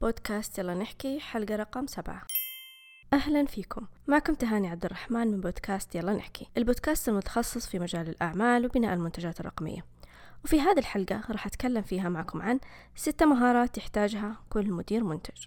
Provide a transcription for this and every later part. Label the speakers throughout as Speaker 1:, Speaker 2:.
Speaker 1: بودكاست يلا نحكي حلقة رقم 7. أهلا فيكم، معكم تهاني عبد الرحمن من بودكاست يلا نحكي، البودكاست المتخصص في مجال الأعمال وبناء المنتجات الرقمية. وفي هذه الحلقة راح أتكلم فيها معكم عن 6 مهارات يحتاجها كل مدير منتج.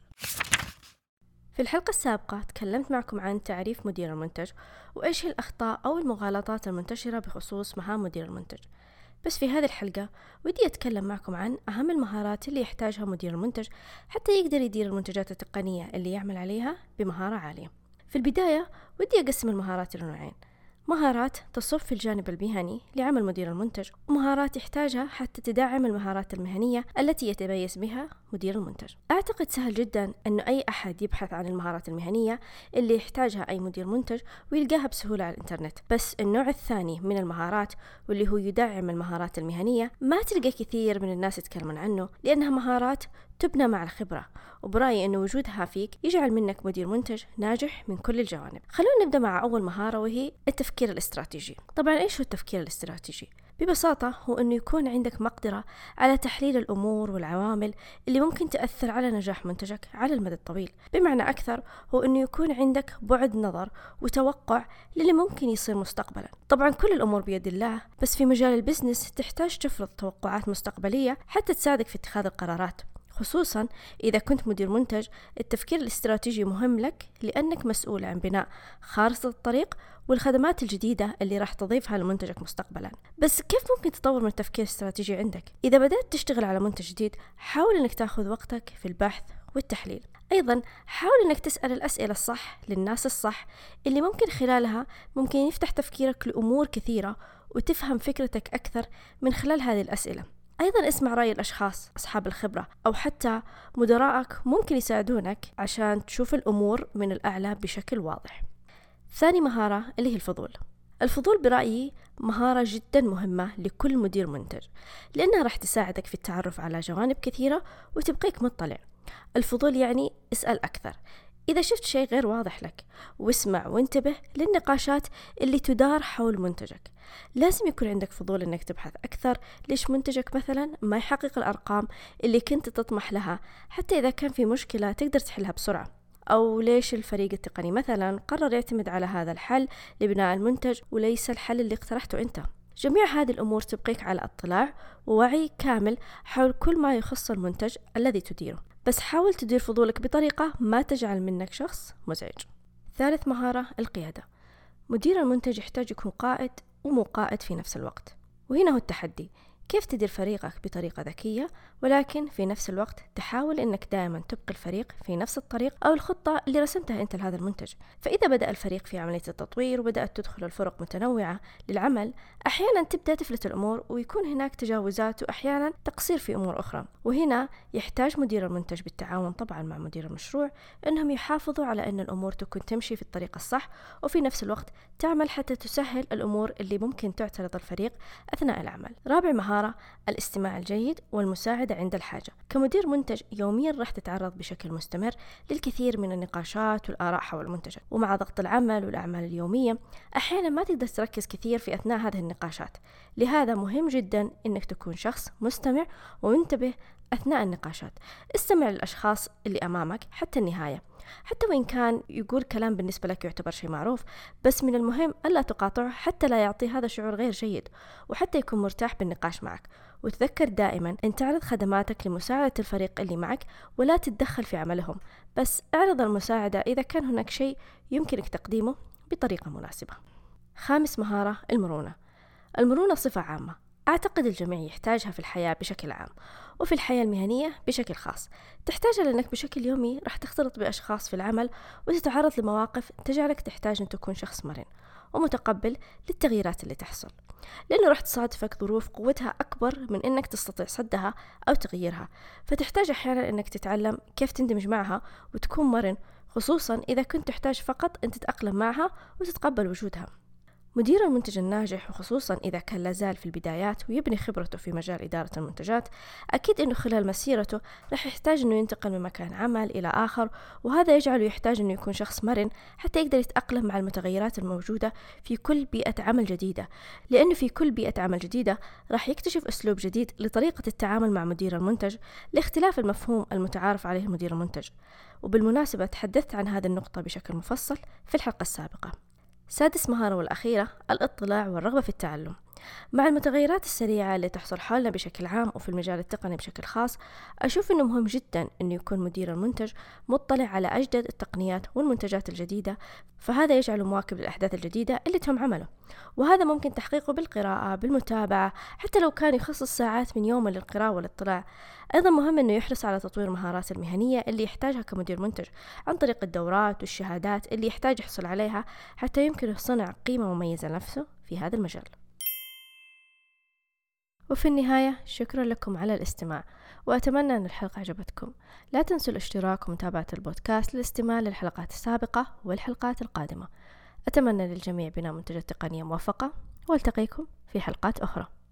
Speaker 1: في الحلقة السابقة تكلمت معكم عن تعريف مدير المنتج وإيش هي الأخطاء أو المغالطات المنتشرة بخصوص مهام مدير المنتج. بس في هذه الحلقة ودي أتكلم معكم عن أهم المهارات اللي يحتاجها مدير المنتج حتى يقدر يدير المنتجات التقنية اللي يعمل عليها بمهارة عالية. في البداية ودي أقسم المهارات إلى نوعين: مهارات تصب في الجانب المهني لعمل مدير المنتج، ومهارات يحتاجها حتى تدعم المهارات المهنية التي يتميز بها مدير المنتج. أعتقد سهل جدا أنه أي أحد يبحث عن المهارات المهنية اللي يحتاجها أي مدير منتج ويلقاها بسهولة على الإنترنت. بس النوع الثاني من المهارات واللي هو يدعم المهارات المهنية ما تلقى كثير من الناس يتكلمون عنه، لأنها مهارات تبنى مع الخبرة، وبرأيي أنه وجودها فيك يجعل منك مدير منتج ناجح من كل الجوانب. خلونا نبدأ مع أول مهارة وهي التفكير الاستراتيجي. طبعا إيش هو التفكير الاستراتيجي؟ ببساطة هو أنه يكون عندك مقدرة على تحليل الأمور والعوامل اللي ممكن تأثر على نجاح منتجك على المدى الطويل. بمعنى أكثر هو أنه يكون عندك بعد نظر وتوقع للي ممكن يصير مستقبلا. طبعا كل الأمور بيد الله، بس في مجال البزنس تحتاج تفرض توقعات مستقبلية حتى تساعدك في اتخاذ القرارات، خصوصا إذا كنت مدير منتج. التفكير الاستراتيجي مهم لك لأنك مسؤول عن بناء خارطة الطريق والخدمات الجديدة اللي راح تضيفها لمنتجك مستقبلا. بس كيف ممكن تطور من التفكير الاستراتيجي عندك؟ إذا بدأت تشتغل على منتج جديد حاول أنك تاخذ وقتك في البحث والتحليل. أيضا حاول أنك تسأل الأسئلة الصح للناس الصح اللي ممكن خلالها ممكن يفتح تفكيرك لأمور كثيرة وتفهم فكرتك أكثر من خلال هذه الأسئلة. أيضا اسمع رأي الأشخاص أصحاب الخبرة أو حتى مدراءك، ممكن يساعدونك عشان تشوف الأمور من الأعلى بشكل واضح. ثاني مهارة اللي هي الفضول. الفضول برأيي مهارة جدا مهمة لكل مدير منتج، لأنها راح تساعدك في التعرف على جوانب كثيرة وتبقيك مطلع. الفضول يعني اسأل أكثر إذا شفت شيء غير واضح لك، واسمع وانتبه للنقاشات اللي تدار حول منتجك. لازم يكون عندك فضول إنك تبحث أكثر ليش منتجك مثلا ما يحقق الأرقام اللي كنت تطمح لها، حتى إذا كان في مشكلة تقدر تحلها بسرعة، أو ليش الفريق التقني مثلا قرر يعتمد على هذا الحل لبناء المنتج وليس الحل اللي اقترحته أنت. جميع هذه الأمور تبقيك على اطلاع ووعي كامل حول كل ما يخص المنتج الذي تديره، بس حاول تدير فضولك بطريقة ما تجعل منك شخص مزعج. ثالث مهارة القيادة. مدير المنتج يحتاج يكون قائد ومو قائد في نفس الوقت، وهنا هو التحدي: كيف تدير فريقك بطريقة ذكية ولكن في نفس الوقت تحاول أنك دائما تبقي الفريق في نفس الطريق أو الخطة اللي رسمتها أنت لهذا المنتج. فإذا بدأ الفريق في عملية التطوير وبدأت تدخل الفرق متنوعة للعمل، أحيانا تبدأ تفلت الأمور ويكون هناك تجاوزات وأحيانا تقصير في أمور أخرى، وهنا يحتاج مدير المنتج بالتعاون طبعا مع مدير المشروع أنهم يحافظوا على أن الأمور تكون تمشي في الطريق الصح، وفي نفس الوقت تعمل حتى تسهل الأمور اللي ممكن تعترض الفريق أثناء العمل. رابع مهارة الاستماع الجيد والمساعدة عند الحاجة. كمدير منتج يوميا راح تتعرض بشكل مستمر للكثير من النقاشات والآراء حول المنتج، ومع ضغط العمل والأعمال اليومية أحيانا ما تقدر تركز كثير في أثناء هذه النقاشات. لهذا مهم جدا أنك تكون شخص مستمع ومنتبه أثناء النقاشات. استمع للأشخاص اللي أمامك حتى النهاية، حتى وإن كان يقول كلام بالنسبة لك يعتبر شيء معروف، بس من المهم ألا تقاطعه حتى لا يعطي هذا شعور غير جيد، وحتى يكون مرتاح بالنقاش معك. وتذكر دائما أن تعرض خدماتك لمساعدة الفريق اللي معك ولا تتدخل في عملهم، بس اعرض المساعدة إذا كان هناك شيء يمكنك تقديمه بطريقة مناسبة. خامس مهارة المرونة. المرونة صفة عامة أعتقد الجميع يحتاجها في الحياة بشكل عام، وفي الحياة المهنية بشكل خاص. تحتاجها لأنك بشكل يومي راح تختلط بأشخاص في العمل وتتعرض لمواقف تجعلك تحتاج أن تكون شخص مرن ومتقبل للتغييرات اللي تحصل، لأنه راح تصادفك ظروف قوتها أكبر من أنك تستطيع صدها أو تغييرها، فتحتاج أحيانا أنك تتعلم كيف تندمج معها وتكون مرن، خصوصا إذا كنت تحتاج فقط أن تتأقلم معها وتتقبل وجودها. مدير المنتج الناجح، وخصوصا إذا كان لازال في البدايات ويبني خبرته في مجال إدارة المنتجات، أكيد أنه خلال مسيرته رح يحتاج أنه ينتقل من مكان عمل إلى آخر، وهذا يجعله يحتاج أنه يكون شخص مرن حتى يقدر يتأقلم مع المتغيرات الموجودة في كل بيئة عمل جديدة، لأنه في كل بيئة عمل جديدة رح يكتشف أسلوب جديد لطريقة التعامل مع مدير المنتج لاختلاف المفهوم المتعارف عليه مدير المنتج. وبالمناسبة تحدثت عن هذه النقطة بشكل مفصل في الحلقة السابقة. سادس مهارة والأخيرة، الاطلاع والرغبة في التعلم. مع المتغيرات السريعة اللي تحصل حولنا بشكل عام وفي المجال التقني بشكل خاص، أشوف أنه مهم جدا أنه يكون مدير المنتج مطلع على أجدد التقنيات والمنتجات الجديدة، فهذا يجعله مواكب للأحداث الجديدة اللي تهم عمله، وهذا ممكن تحقيقه بالقراءة، بالمتابعة، حتى لو كان يخصص ساعات من يومه للقراءة والاطلاع. أيضا مهم أنه يحرص على تطوير مهارات المهنية اللي يحتاجها كمدير منتج عن طريق الدورات والشهادات اللي يحتاج يحصل عليها حتى يمكنه صنع قيمة مميزة لنفسه في هذا المجال. وفي النهاية شكرا لكم على الاستماع، وأتمنى أن الحلقة عجبتكم. لا تنسوا الاشتراك ومتابعة البودكاست للاستماع للحلقات السابقة والحلقات القادمة. أتمنى للجميع بناء منتجات تقنية موفقة، والتقيكم في حلقات أخرى.